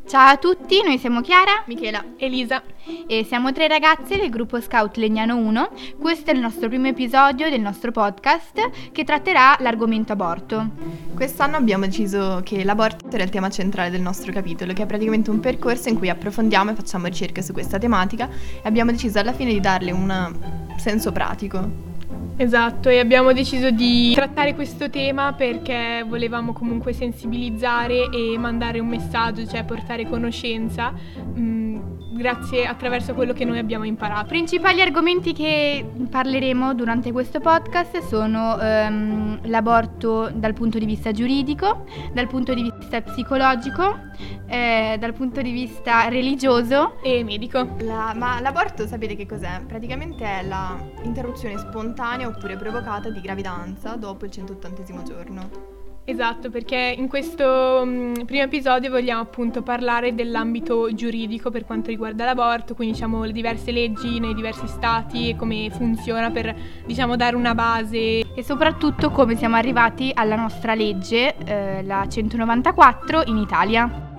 Ciao a tutti, noi siamo Chiara, Michela, Elisa e siamo 3 ragazze del gruppo Scout Legnano 1. Questo è il nostro primo episodio del nostro podcast che tratterà l'argomento aborto. Quest'anno abbiamo deciso che l'aborto era il tema centrale del nostro capitolo, che è praticamente un percorso in cui approfondiamo e facciamo ricerche su questa tematica e abbiamo deciso alla fine di darle un senso pratico. Esatto, e abbiamo deciso di trattare questo tema perché volevamo comunque sensibilizzare e mandare un messaggio, cioè portare conoscenza grazie attraverso quello che noi abbiamo imparato. I principali argomenti che parleremo durante questo podcast sono l'aborto dal punto di vista giuridico, dal punto di vista psicologico, dal punto di vista religioso e medico. Ma l'aborto sapete che cos'è? Praticamente è la interruzione spontanea oppure provocata di gravidanza dopo il 180° giorno. Esatto, perché in questo primo episodio vogliamo appunto parlare dell'ambito giuridico per quanto riguarda l'aborto, quindi diciamo le diverse leggi nei diversi stati e come funziona per dare una base e soprattutto come siamo arrivati alla nostra legge, la 194 in Italia.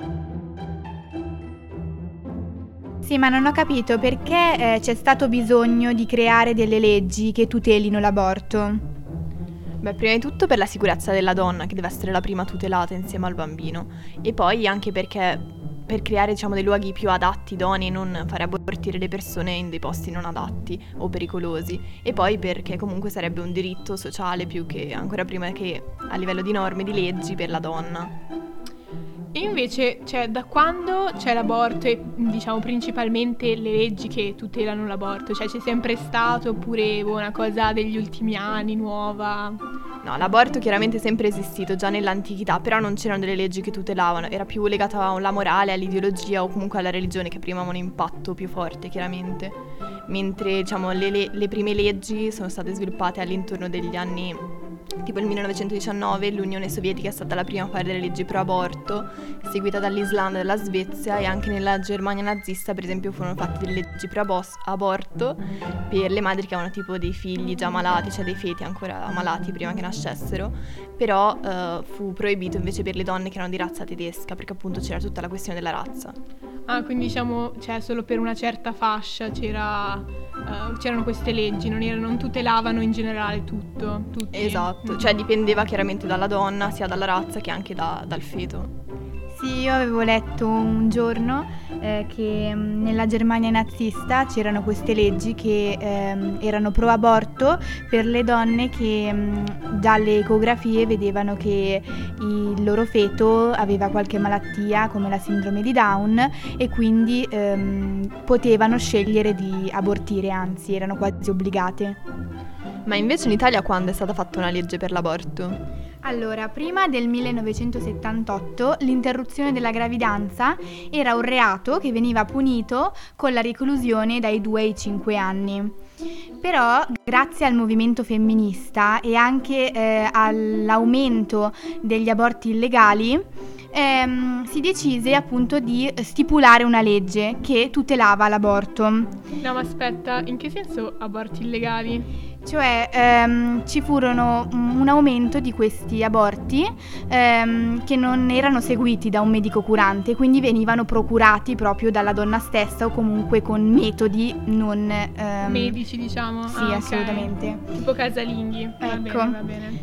Sì, ma non ho capito perché c'è stato bisogno di creare delle leggi che tutelino l'aborto. Beh, prima di tutto per la sicurezza della donna, che deve essere la prima tutelata insieme al bambino, e poi anche perché per creare dei luoghi più adatti, idonei, e non fare abortire le persone in dei posti non adatti o pericolosi, e poi perché comunque sarebbe un diritto sociale più che ancora prima che a livello di norme, di leggi per la donna. E invece, da quando c'è l'aborto e principalmente le leggi che tutelano l'aborto? C'è sempre stato oppure è una cosa degli ultimi anni, nuova? No, l'aborto chiaramente è sempre esistito già nell'antichità, però non c'erano delle leggi che tutelavano, era più legato alla morale, all'ideologia o comunque alla religione che prima avevano un impatto più forte chiaramente, mentre le prime leggi sono state sviluppate all'intorno degli anni tipo il 1919. L'Unione Sovietica è stata la prima a fare delle leggi pro aborto, seguita dall'Islanda e dalla Svezia, e anche nella Germania nazista per esempio furono fatte delle leggi pro aborto per le madri che avevano tipo dei figli già malati, cioè dei feti ancora malati prima che nascessero, però fu proibito invece per le donne che erano di razza tedesca, perché appunto c'era tutta la questione della razza. Ah, quindi solo per una certa fascia c'erano queste leggi, non tutelavano in generale tutti. Esatto, dipendeva chiaramente dalla donna, sia dalla razza che anche dal feto. Sì, io avevo letto un giorno che nella Germania nazista c'erano queste leggi che erano pro aborto per le donne che dalle ecografie vedevano che il loro feto aveva qualche malattia come la sindrome di Down e quindi potevano scegliere di abortire, anzi erano quasi obbligate. Ma invece in Italia quando è stata fatta una legge per l'aborto? Allora, prima del 1978 l'interruzione della gravidanza era un reato che veniva punito con la reclusione dai 2 ai 5 anni. Però, grazie al movimento femminista e anche all'aumento degli aborti illegali, si decise appunto di stipulare una legge che tutelava l'aborto. No, ma aspetta, in che senso aborti illegali? Ci furono un aumento di questi aborti che non erano seguiti da un medico curante, quindi venivano procurati proprio dalla donna stessa o comunque con metodi non medici, Sì, okay. Assolutamente. Tipo casalinghi. Ecco. Va bene.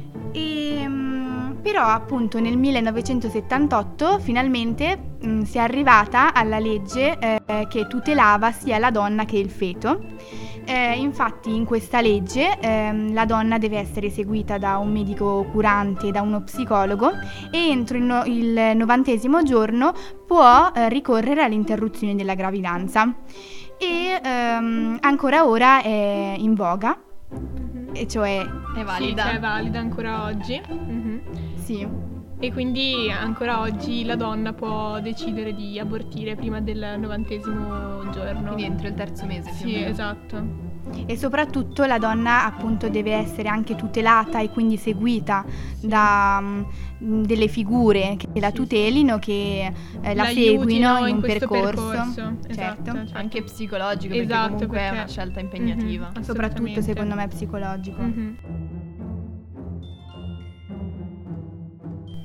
Però appunto nel 1978 finalmente si è arrivata alla legge che tutelava sia la donna che il feto. Infatti in questa legge la donna deve essere seguita da un medico curante, da uno psicologo, e entro il 90° giorno può ricorrere all'interruzione della gravidanza, e ancora ora è in voga, e cioè è valida. Sì, è valida ancora oggi. Mm-hmm. Sì. E quindi ancora oggi la donna può decidere di abortire prima del 90° giorno. Quindi entro il 3° mese. Sì, esatto. E soprattutto la donna appunto deve essere anche tutelata e quindi seguita da delle figure che la tutelino, che la seguino in un percorso. Certo. Certo. Anche psicologico, perché comunque è una scelta impegnativa. Soprattutto secondo me psicologico.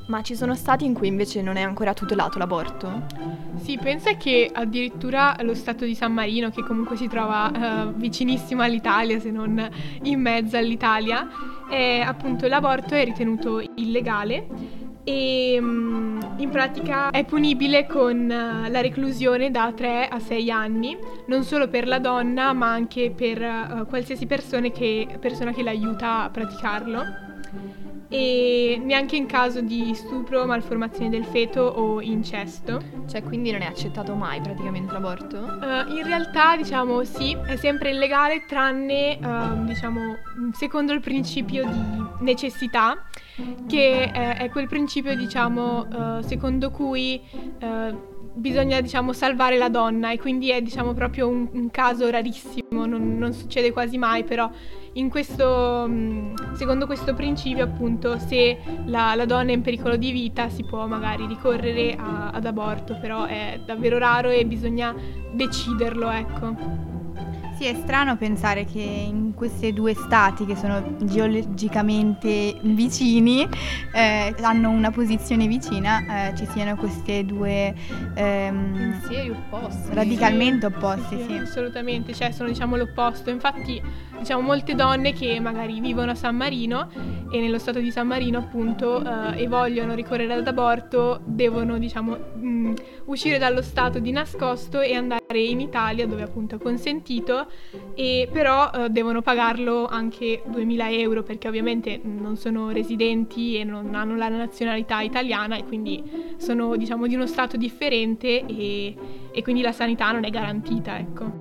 Ma ci sono stati in cui invece non è ancora tutelato l'aborto? Sì, pensa che addirittura lo stato di San Marino, che comunque si trova vicinissimo all'Italia, se non in mezzo all'Italia, appunto l'aborto è ritenuto illegale e in pratica è punibile con la reclusione da 3 a 6 anni, non solo per la donna ma anche per qualsiasi persona che l'aiuta a praticarlo. E neanche in caso di stupro, malformazione del feto o incesto. Cioè, quindi non è accettato mai praticamente l'aborto? In realtà, diciamo, sì, è sempre illegale tranne, diciamo, secondo il principio di necessità, che è quel principio, diciamo, secondo cui bisogna, diciamo, salvare la donna, e quindi è, diciamo, proprio un caso rarissimo, non succede quasi mai, però in questo, secondo questo principio, appunto, se la donna è in pericolo di vita si può magari ricorrere ad aborto, però è davvero raro e bisogna deciderlo, ecco. Sì, è strano pensare che in questi due stati, che sono geologicamente vicini, hanno una posizione vicina, ci siano queste due pensieri opposti. Radicalmente opposti, sì. Assolutamente, cioè sono, diciamo, l'opposto. Infatti, diciamo, molte donne che magari vivono a San Marino e nello stato di San Marino, appunto, e vogliono ricorrere ad aborto, devono, diciamo, uscire dallo stato di nascosto e andare in Italia, dove appunto è consentito, e però devono pagarlo anche 2.000 euro, perché ovviamente non sono residenti e non hanno la nazionalità italiana, e quindi sono, diciamo, di uno stato differente e quindi la sanità non è garantita, ecco.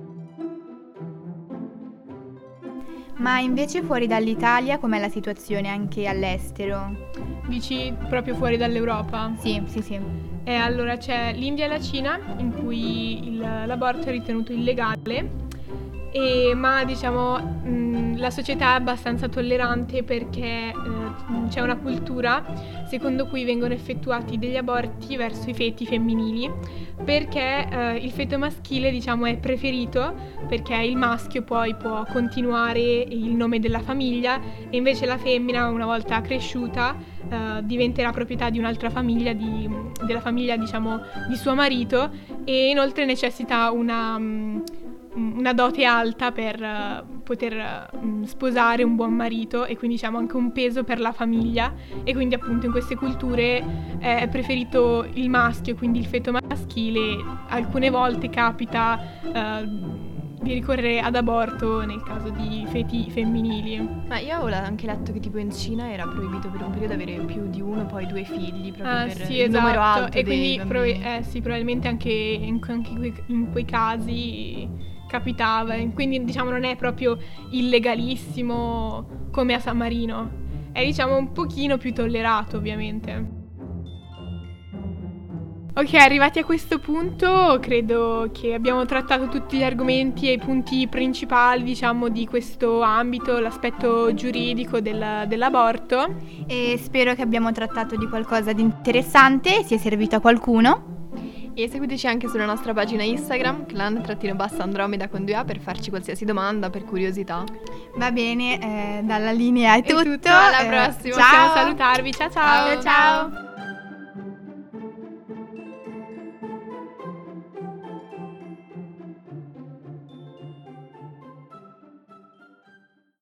Ma invece fuori dall'Italia com'è la situazione anche all'estero? Dici proprio fuori dall'Europa? Sì. Allora c'è l'India e la Cina, in cui l'aborto è ritenuto illegale, ma diciamo la società è abbastanza tollerante, perché c'è una cultura secondo cui vengono effettuati degli aborti verso i feti femminili, perché il feto maschile, diciamo, è preferito, perché il maschio poi può continuare il nome della famiglia, e invece la femmina, una volta cresciuta, diventerà proprietà di un'altra famiglia, della famiglia, diciamo, di suo marito, e inoltre necessita una dote alta per poter sposare un buon marito, e quindi, diciamo, anche un peso per la famiglia, e quindi appunto in queste culture è preferito il maschio, quindi il feto maschile. Alcune volte capita di ricorrere ad aborto nel caso di feti femminili. Ma io avevo anche letto che tipo in Cina era proibito per un periodo avere più di 1, poi 2 figli, proprio per sì, il numero esatto. alto E dei quindi bambini. sì, probabilmente anche in quei casi capitava, e quindi, diciamo, non è proprio illegalissimo come a San Marino, è, diciamo, un pochino più tollerato, ovviamente. Ok, arrivati a questo punto, credo che abbiamo trattato tutti gli argomenti e i punti principali, diciamo, di questo ambito, l'aspetto giuridico dell'aborto. E spero che abbiamo trattato di qualcosa di interessante e sia servito a qualcuno. E seguiteci anche sulla nostra pagina Instagram, clan_Andromeda con 2A, per farci qualsiasi domanda, per curiosità. Va bene, dalla linea è tutto. Alla prossima. Ciao. Possiamo salutarvi, ciao. Ciao.